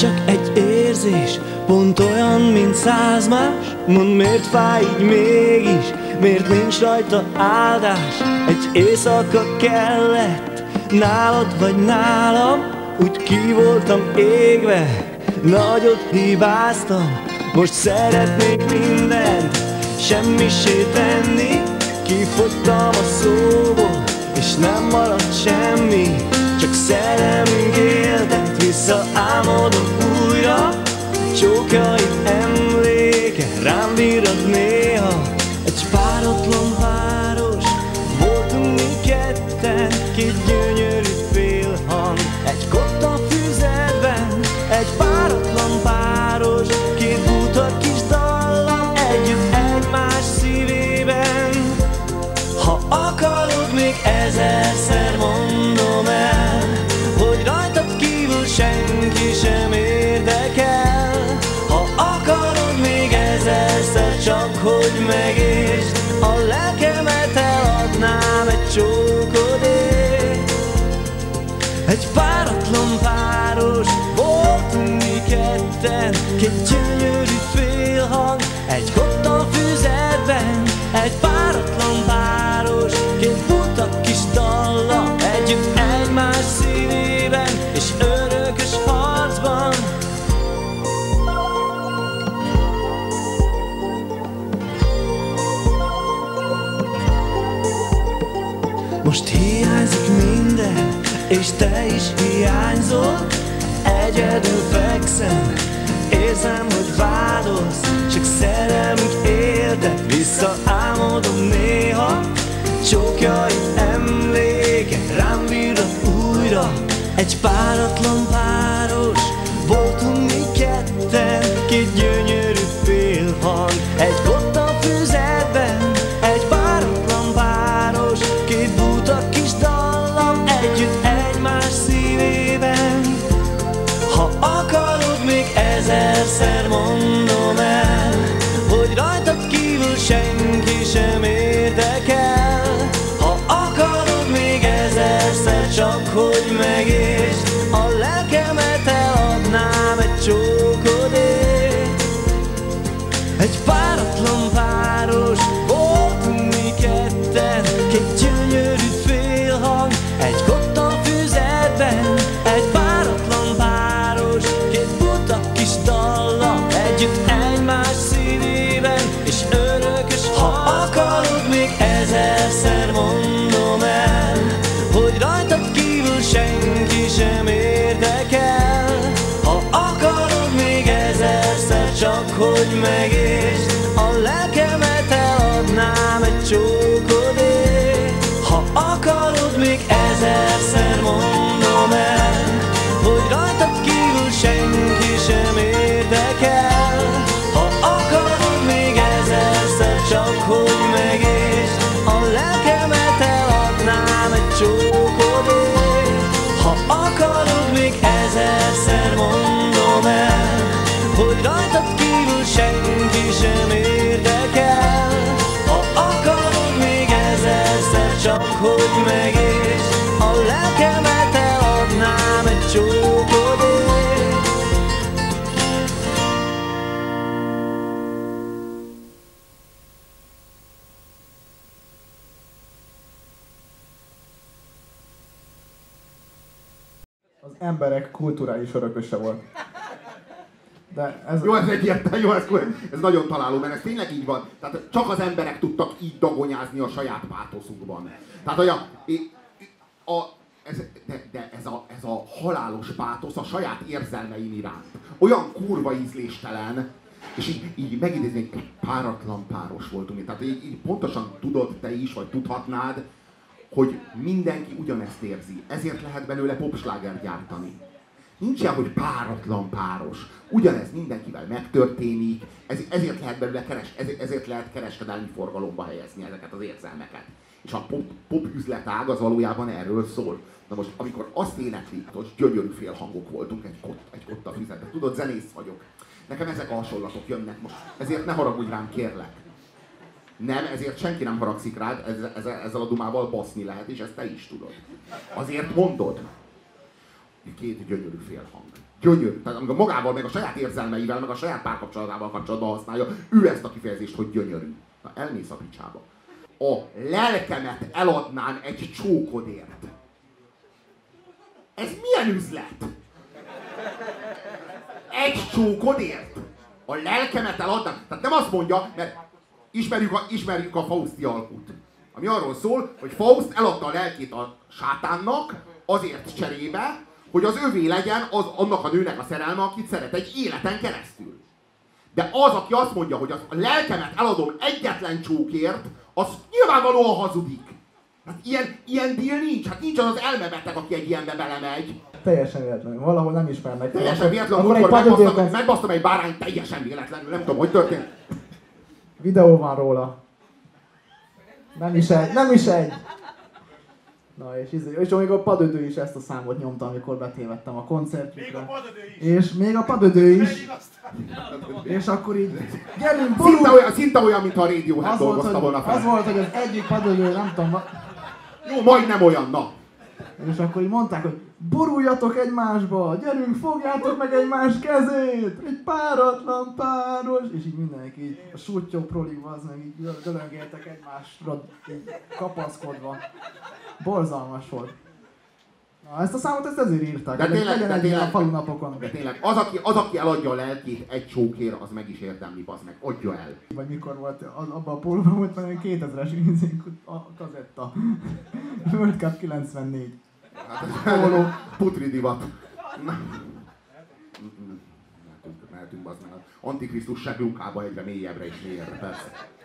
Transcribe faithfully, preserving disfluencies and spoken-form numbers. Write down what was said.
csak egy érzés, pont olyan, mint száz más. Mondd, miért fáj így mégis, miért nincs rajta áldás? Egy éjszaka kellett, nálad vagy nálam, úgy ki voltam égve, nagyot hibáztam. Most szeretnék mindent semmisé tenni, kifogytam a szóból, és nem maradt semmi, csak szerelmünk éltet, visszaálmodom újra. Csókjaid emléke rám virrad néha, egy páratlan város, voltunk mi ketten, két gyönyörű félhang, egy kotta füzetben, egy páratlan páros, két buta kis dallam, együtt egymás szívében. Ha akarod, még ezerszer mondom el, hogy rajtad kívül senki sem érdekel. Ha akarod, még ezerszer, csak hogy megértsd, a lelkemet eladnám egy csókodért. Egy páratlan páros, voltunk mi ketten, két gyönyörű félhang, egy kotta füzetben, egy páratlan páros, két buta kis dallam, együtt egymás szívében, és örökös harcban. Most hiányzik minden, és te is hiányzol. Egyedül fekszem, érzem, hogy vádolsz, csak szerelmünk éltet, visszaálmodom néha. Csókjaid emléke rám virrad újra, egy páratlan páros, voltunk mi ketten, két gyönyörű félhang, egy kotta füzetben, egy páratlan páros, két buta kis dallam, együtt egymás szívében. Ha akarod, még ezerszer mondom el, hogy rajtad kívül senki sem érdekel. Ha akarod, még ezerszer, csak hogy megértsd, a lelkemet eladnám egy csókodért. Egy páratlan páros, voltunk mi ketten, két gyönyörű félhang, egy kotta füzetben, egy páratlan páros, két buta kis dallam, együtt egymás szívében, és örökös. Ha akarod, még ezerszer mondom el, hogy rajtad kívül senki sem érdekel. Ha akarod, még ezerszer, csak hogy megértsd, a lelkemet eladnám egy csókodért. Ha akarod, még ezerszer mondom el, hogy rajtad kívül senki sem érdekel. Ha akarod, még ezerszer, csak hogy megértsd, a lelkemet eladnám egy csókodért. Ha akarod, még ezerszer mondom el, hogy rajtad kívül senki sem érdekel. Ha akarod, még ezerszer, csak hogy megértsd, a lelkemet eladnám egy csókodért. Az emberek kulturális örököse volt. De ez... Jó, ez egyértelmű, jó, ez, ez nagyon találó, mert ez tényleg így van. Tehát csak az emberek tudtak így dagonyázni a saját pátoszukban. Tehát olyan, a, ez, de, de ez, a, ez a halálos pátosz a saját érzelmeim iránt. Olyan kurva ízléstelen, és így, így megidéznék, egy páratlan páros voltunk. Tehát így, így pontosan tudod te is, vagy tudhatnád, hogy mindenki ugyanezt érzi. Ezért lehet belőle popslágert gyártani. Nincs ilyen, hogy páratlan páros. Ugyanez mindenkivel megtörténik, ez, ezért lehet belőle keres, ezért lehet kereskedelmi forgalomba helyezni ezeket az érzelmeket. És a pop, pop üzletág az valójában erről szól. Na most, amikor azt éneklik, hogy gyönyörű félhangok voltunk egy, kot, egy kotta füzetben. Tudod, zenész vagyok. Nekem ezek a hasonlatok jönnek most. Ezért ne haragudj rám, kérlek. Nem, ezért senki nem haragszik rád, ezzel, ezzel a dumával baszni lehet, és ezt te is tudod. Azért mondod. két gyönyörű félhang. Gyönyörű. Tehát amikor magával, meg a saját érzelmeivel, meg a saját párkapcsolatával kapcsolatban használja, ő ezt a kifejezést, hogy gyönyörű. Na, elmész a picsába. A lelkemet eladnám egy csókodért. Ez milyen üzlet? Egy csókodért? A lelkemet eladnám? Tehát nem azt mondja, mert ismerjük a, ismerjük a Fauszti alkut. Ami arról szól, hogy Fauszt eladta a lelkét a sátánnak azért cserébe, hogy az övé legyen az, annak a nőnek a szerelme, akit szeret egy életen keresztül. De az, aki azt mondja, hogy a lelkemet eladom egyetlen csókért, az nyilvánvalóan hazudik. Hát ilyen, ilyen deal nincs. Hát nincs az az elmebeteg, aki egy ilyenbe belemegy. Teljesen véletlenül. Valahol nem ismernek. Teljesen véletlenül. Akkor megbasztam, megbasztam egy bárányt teljesen véletlenül. Nem tudom, hogy történt. Videó van róla. Nem is egy, nem is egy. Na és, és még a padödő is ezt a számot nyomta, amikor betévedtem a koncertjükre. Még a padödő is. És még a padödő is. És akkor így, gyerünk, szinte olyan, szinte olyan, mintha a Radiohead dolgozta volna fel. Az volt, hogy az egyik padödő, nem tudom. Jó, majdnem olyan, na. És akkor így mondták, hogy boruljatok egymásba, gyerünk, fogjátok meg egymás kezét, egy páratlan páros, és így mindenki így a sútyóprolig az meg így dölöngéltek egymásra így kapaszkodva. Borzalmas volt. Na, ezt a számot ezt ezért írták, de tényleg, legyen de egy tényleg, ilyen falunapokon. De tényleg, az aki, az, aki eladja a lelkét egy csókér, az meg is érdemli, bazd meg, adja el. Vagy mikor volt, az, abban a pólóban volt valami kétezres a kazetta. World Cup kilencvennégy. Hát, póló, putri divat. Mehetünk, mehetünk, bazd meg. Antikrisztus seglunkába egyre mélyebbre és mélyebbre, persze.